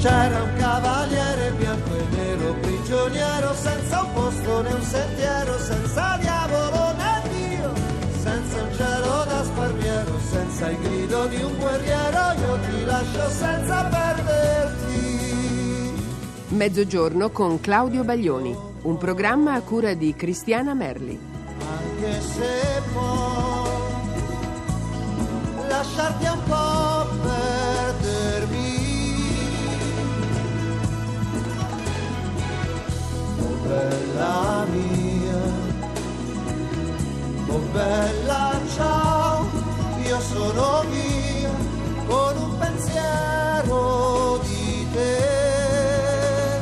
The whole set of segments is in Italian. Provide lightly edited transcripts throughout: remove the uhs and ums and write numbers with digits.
C'era un cavaliere bianco e nero, prigioniero, senza un posto né un sentiero, senza diavolo né Dio, senza un cielo da sparviero, senza il grido di un guerriero, io ti lascio senza perderti. Mezzogiorno con Claudio Baglioni, un programma a cura di Cristiana Merli. Anche se può lasciarti un po' perdermi. Oh bella mia, oh bella ciao, io sono via con un pensiero di te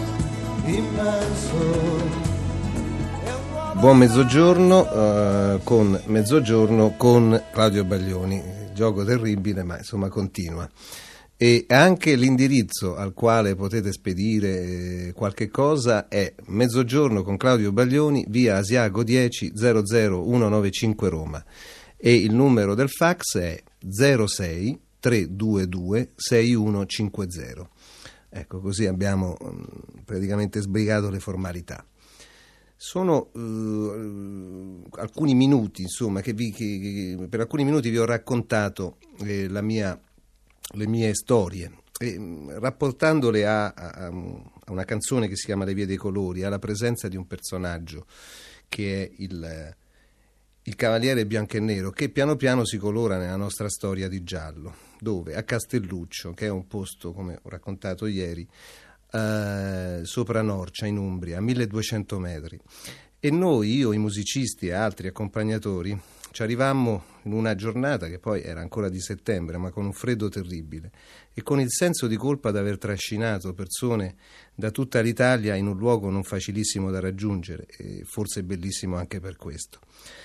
immenso. Buon mezzogiorno con Claudio Baglioni, gioco terribile ma insomma continua. E anche l'indirizzo al quale potete spedire qualche cosa è Mezzogiorno con Claudio Baglioni, via Asiago 10 00195 Roma, e il numero del fax è 06 322 6150. Ecco, così abbiamo praticamente sbrigato le formalità. Sono alcuni minuti, insomma, che per alcuni minuti vi ho raccontato le mie storie, rapportandole a una canzone che si chiama Le vie dei colori, alla presenza di un personaggio che è il cavaliere bianco e nero, che piano piano si colora nella nostra storia di giallo, dove a Castelluccio, che è un posto, come ho raccontato ieri, sopra Norcia in Umbria, a 1200 metri, e noi, io, i musicisti e altri accompagnatori, ci arrivammo in una giornata che poi era ancora di settembre, ma con un freddo terribile, e con il senso di colpa di aver trascinato persone da tutta l'Italia in un luogo non facilissimo da raggiungere, e forse bellissimo anche per questo.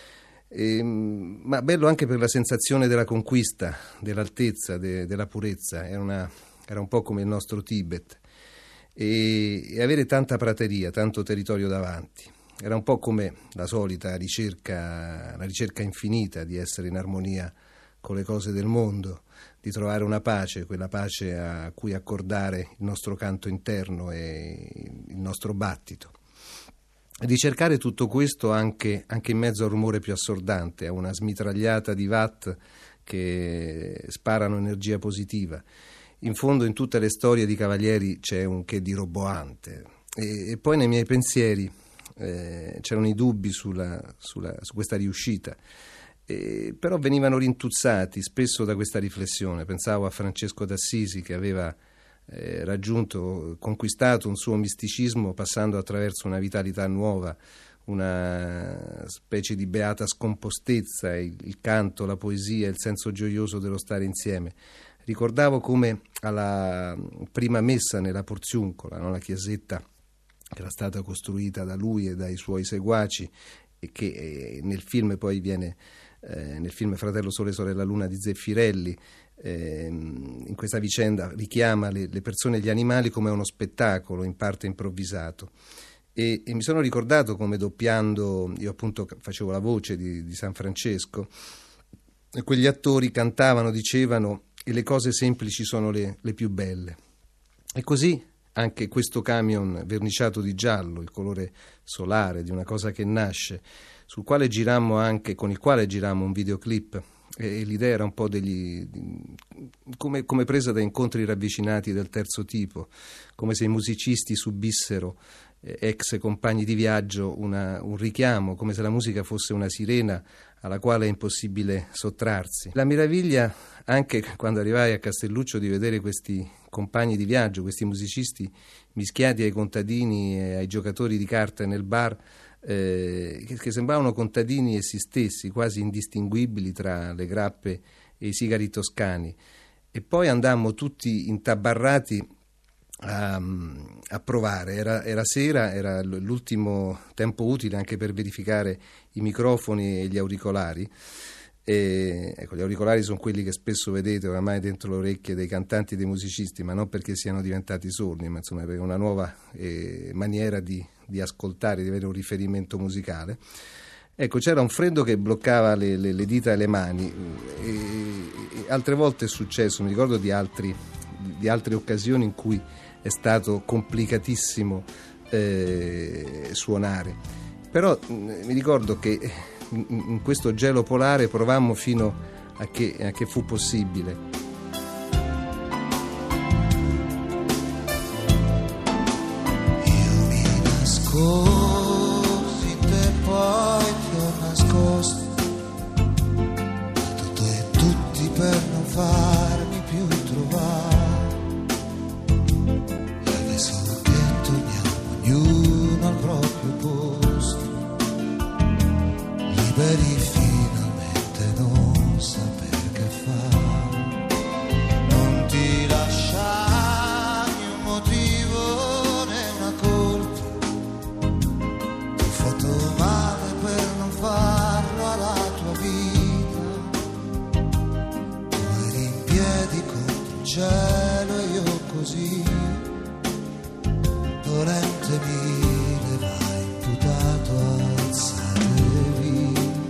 Ma bello anche per la sensazione della conquista, dell'altezza, della purezza. Era un po' come il nostro Tibet, e avere tanta prateria, tanto territorio davanti. Era un po' come la solita ricerca infinita di essere in armonia con le cose del mondo, di trovare una pace, quella pace a cui accordare il nostro canto interno e il nostro battito. E di cercare tutto questo anche in mezzo al rumore più assordante, a una smitragliata di watt che sparano energia positiva. In fondo in tutte le storie di cavalieri c'è un che di roboante, e poi nei miei pensieri c'erano i dubbi su questa riuscita, però venivano rintuzzati spesso da questa riflessione. Pensavo a Francesco d'Assisi, che aveva conquistato un suo misticismo passando attraverso una vitalità nuova, una specie di beata scompostezza, il canto, la poesia, il senso gioioso dello stare insieme. Ricordavo come alla prima messa nella Porziuncola, no? La chiesetta che era stata costruita da lui e dai suoi seguaci, e che nel film poi viene, nel film Fratello Sole Sorella Luna di Zeffirelli, in questa vicenda richiama le persone e gli animali come uno spettacolo in parte improvvisato. E mi sono ricordato come, doppiando, io appunto facevo la voce di San Francesco, e quegli attori cantavano, dicevano: e le cose semplici sono le più belle. E così anche questo camion verniciato di giallo, il colore solare di una cosa che nasce, con il quale girammo un videoclip, e l'idea era un po' come presa da incontri ravvicinati del terzo tipo, come se i musicisti subissero, ex compagni di viaggio, un richiamo, come se la musica fosse una sirena alla quale è impossibile sottrarsi. La meraviglia, anche quando arrivai a Castelluccio, di vedere questi compagni di viaggio, questi musicisti mischiati ai contadini e ai giocatori di carte nel bar, che sembravano contadini essi stessi, quasi indistinguibili tra le grappe e i sigari toscani. E poi andammo tutti intabarrati a provare. Era sera, era l'ultimo tempo utile anche per verificare i microfoni e gli auricolari. Ecco, gli auricolari sono quelli che spesso vedete oramai dentro le orecchie dei cantanti e dei musicisti, ma non perché siano diventati sordi, ma insomma per una nuova maniera di ascoltare, di avere un riferimento musicale. Ecco, c'era un freddo che bloccava le dita e le mani, e altre volte è successo, mi ricordo di di altre occasioni in cui è stato complicatissimo suonare. Però mi ricordo che in questo gelo polare provammo fino a che fu possibile. Io mi nascosi in te, poi ti ho nascosto da tutto e tutti per non farmi più trovare. E adesso che torniamo ognuno al proprio posto, liberi finalmente, non saper che fare. Non ti lasciarmi un motivo né una colpa, ti ho fatto male per non farlo alla tua vita. Tu eri in piedi contro il cielo e io così, dolente mi levai imputato alzatevi.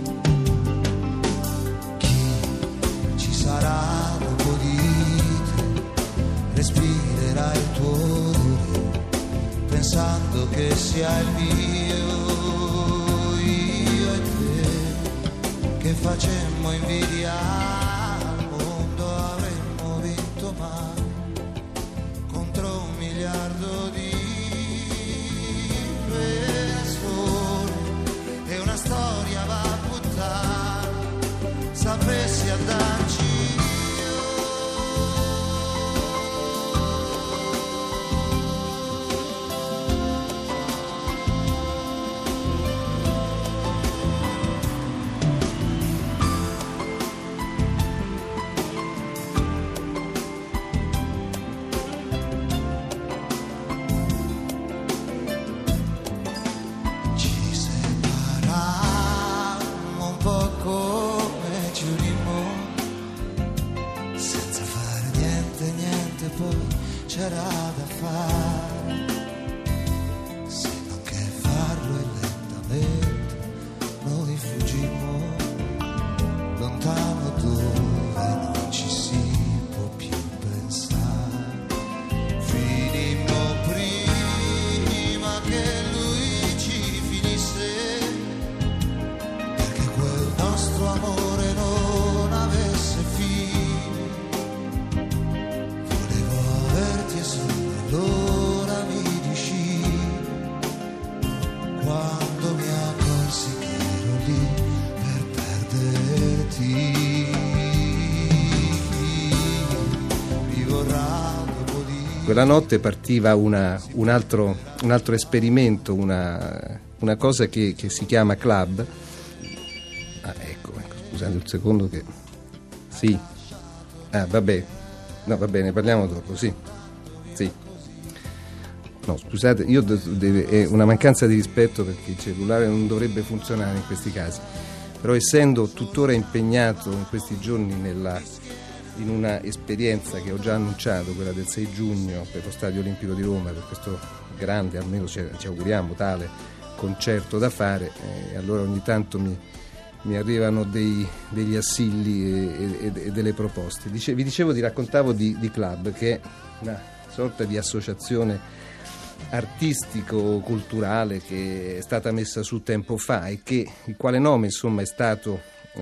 Chi ci sarà dopo di te respirerà il tuo odore, pensando che sia il mio. Io e te che facemmo invidia al mondo, avremmo vinto mai contro 1 miliardo di persone. E una storia va a buttare, sapessi andarci c'era da fare, se non che farlo e lentamente noi fuggimmo lontano dove non ci si può più pensare. Finimmo prima che lui ci finisse, perché quel nostro amore non avesse fine. Allora mi disci, quando mi accorsi che ero lì per perderti. Mi vorrà dopo di... Quella notte partiva un altro esperimento, una cosa che si chiama club. Ecco, scusate un secondo che... Sì. Vabbè. No, va bene, parliamo dopo, sì. Sì. No, scusate, è una mancanza di rispetto perché il cellulare non dovrebbe funzionare in questi casi. Però essendo tuttora impegnato in questi giorni in una esperienza che ho già annunciato, quella del 6 giugno per lo Stadio Olimpico di Roma, per questo grande, almeno ci auguriamo, tale concerto da fare, allora ogni tanto mi arrivano degli assilli e delle proposte. Vi dicevo, raccontavo di Club, che è una sorta di associazione artistico-culturale che è stata messa su tempo fa e il quale nome insomma è stato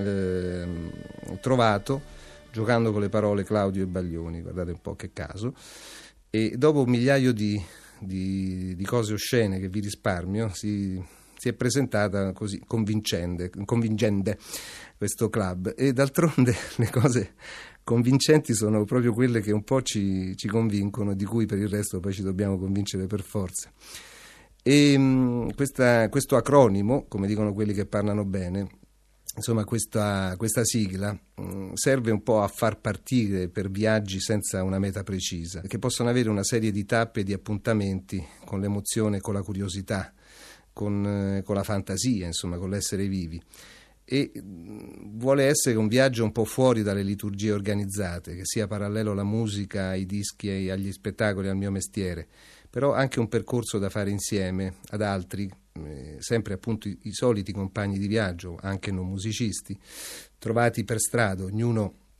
trovato giocando con le parole Claudio e Baglioni, guardate un po' che caso, e dopo un migliaio di cose oscene che vi risparmio si è presentata così convincente questo club, e d'altronde le cose convincenti sono proprio quelle che un po' ci convincono, di cui per il resto poi ci dobbiamo convincere per forza. E questo acronimo, come dicono quelli che parlano bene, insomma questa sigla serve un po' a far partire per viaggi senza una meta precisa, che possono avere una serie di tappe e di appuntamenti con l'emozione, con la curiosità, con la fantasia, insomma con l'essere vivi. E vuole essere un viaggio un po' fuori dalle liturgie organizzate, che sia parallelo alla musica, ai dischi, agli spettacoli, al mio mestiere, però anche un percorso da fare insieme ad altri, sempre appunto i soliti compagni di viaggio, anche non musicisti, trovati per strada, ognuno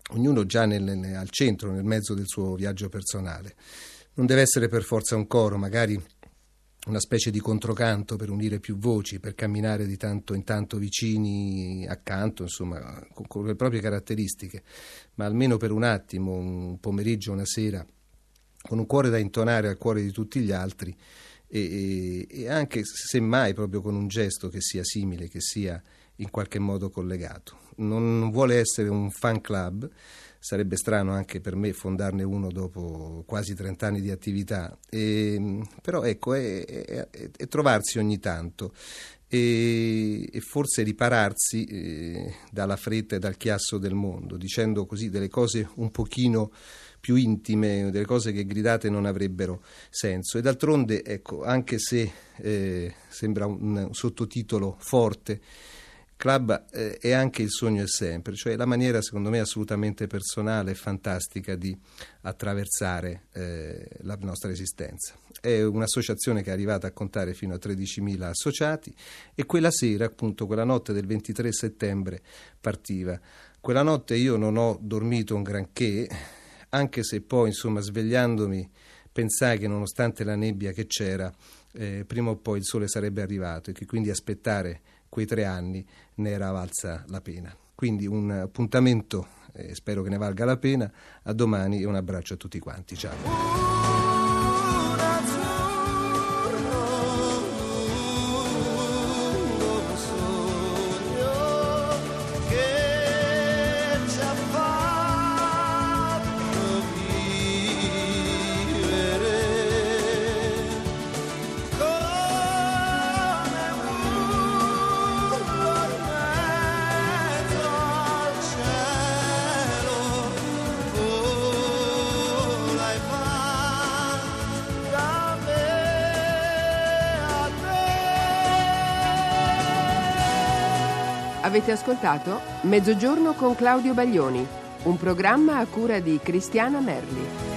ognuno già al centro, nel mezzo del suo viaggio personale. Non deve essere per forza un coro, magari una specie di controcanto per unire più voci, per camminare di tanto in tanto vicini accanto, insomma, con le proprie caratteristiche, ma almeno per un attimo, un pomeriggio, una sera, con un cuore da intonare al cuore di tutti gli altri e anche semmai proprio con un gesto che sia simile, che sia in qualche modo collegato. Non vuole essere un fan club, sarebbe strano anche per me fondarne uno dopo quasi 30 anni di attività, però ecco, è trovarsi ogni tanto e forse ripararsi dalla fretta e dal chiasso del mondo, dicendo così delle cose un pochino più intime, delle cose che gridate non avrebbero senso. E d'altronde, ecco, anche se sembra un sottotitolo forte, Club è anche il sogno è sempre, cioè la maniera secondo me assolutamente personale e fantastica di attraversare la nostra esistenza. È un'associazione che è arrivata a contare fino a 13.000 associati e quella sera, appunto quella notte del 23 settembre partiva. Quella notte io non ho dormito un granché, anche se poi insomma svegliandomi pensai che nonostante la nebbia che c'era prima o poi il sole sarebbe arrivato e che quindi aspettare quei 3 anni ne era valsa la pena. Quindi un appuntamento, spero che ne valga la pena, a domani e un abbraccio a tutti quanti. Ciao. Avete ascoltato Mezzogiorno con Claudio Baglioni, un programma a cura di Cristiana Merli.